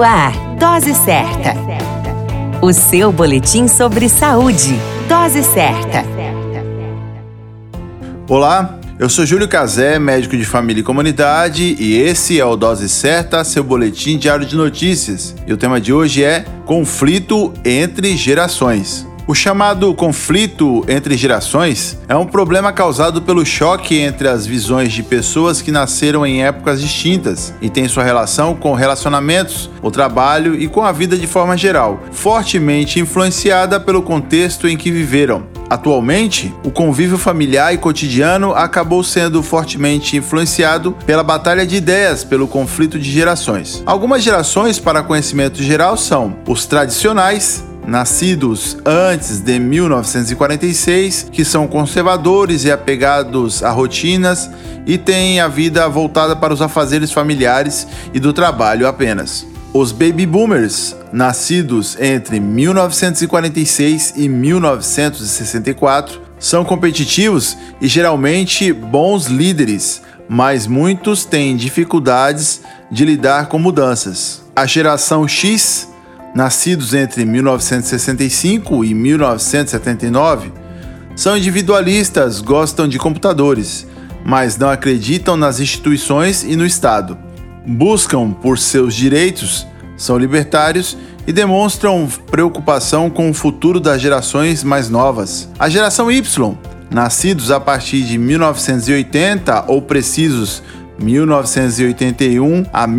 No ar, Dose Certa. O seu boletim sobre saúde. Dose Certa. Olá, eu sou Júlio Cazé, médico de família e comunidade, e esse é o Dose Certa, seu boletim diário de notícias. E o tema de hoje é conflito entre gerações. O chamado conflito entre gerações é um problema causado pelo choque entre as visões de pessoas que nasceram em épocas distintas e têm sua relação com relacionamentos, o trabalho e com a vida de forma geral, fortemente influenciada pelo contexto em que viveram. Atualmente, o convívio familiar e cotidiano acabou sendo fortemente influenciado pela batalha de ideias, pelo conflito de gerações. Algumas gerações, para conhecimento geral, são os tradicionais, nascidos antes de 1946, que são conservadores e apegados a rotinas e têm a vida voltada para os afazeres familiares e do trabalho apenas. Os baby boomers, nascidos entre 1946 e 1964, são competitivos e geralmente bons líderes, mas muitos têm dificuldades de lidar com mudanças. A geração X, nascidos entre 1965 e 1979, são individualistas, gostam de computadores, mas não acreditam nas instituições e no Estado. Buscam por seus direitos, são libertários e demonstram preocupação com o futuro das gerações mais novas. A geração Y, nascidos a partir de 1980 ou precisos 1981 a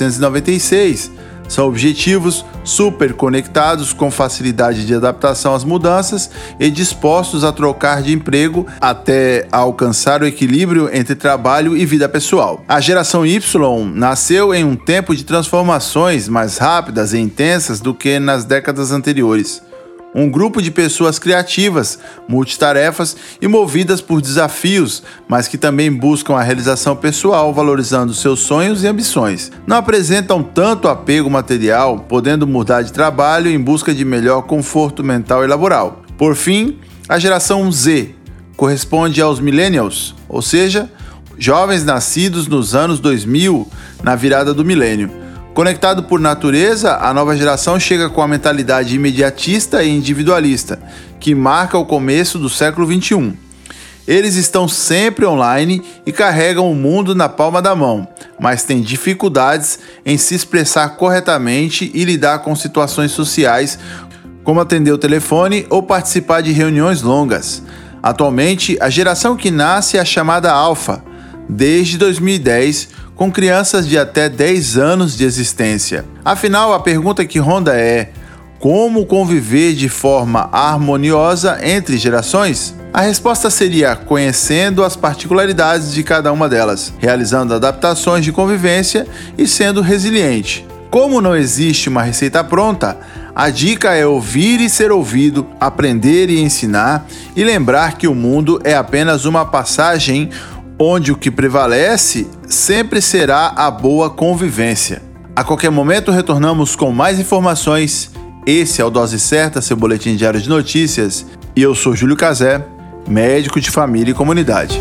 1996, são objetivos, super conectados, com facilidade de adaptação às mudanças e dispostos a trocar de emprego até alcançar o equilíbrio entre trabalho e vida pessoal. A geração Y nasceu em um tempo de transformações mais rápidas e intensas do que nas décadas anteriores. Um grupo de pessoas criativas, multitarefas e movidas por desafios, mas que também buscam a realização pessoal, valorizando seus sonhos e ambições. Não apresentam tanto apego material, podendo mudar de trabalho em busca de melhor conforto mental e laboral. Por fim, a geração Z corresponde aos millennials, ou seja, jovens nascidos nos anos 2000, na virada do milênio. Conectado por natureza, a nova geração chega com a mentalidade imediatista e individualista, que marca o começo do século XXI. Eles estão sempre online e carregam o mundo na palma da mão, mas têm dificuldades em se expressar corretamente e lidar com situações sociais, como atender o telefone ou participar de reuniões longas. Atualmente, a geração que nasce é a chamada Alpha, desde 2010, com crianças de até 10 anos de existência. Afinal, a pergunta que ronda é: como conviver de forma harmoniosa entre gerações? A resposta seria conhecendo as particularidades de cada uma delas, realizando adaptações de convivência e sendo resiliente. Como não existe uma receita pronta, a dica é ouvir e ser ouvido, aprender e ensinar e lembrar que o mundo é apenas uma passagem onde o que prevalece sempre será a boa convivência. A qualquer momento retornamos com mais informações. Esse é o Dose Certa, seu boletim diário de notícias, e eu sou Júlio Cazé, médico de família e comunidade.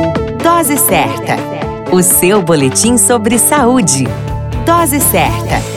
Dose Certa, o seu boletim sobre saúde. Dose Certa.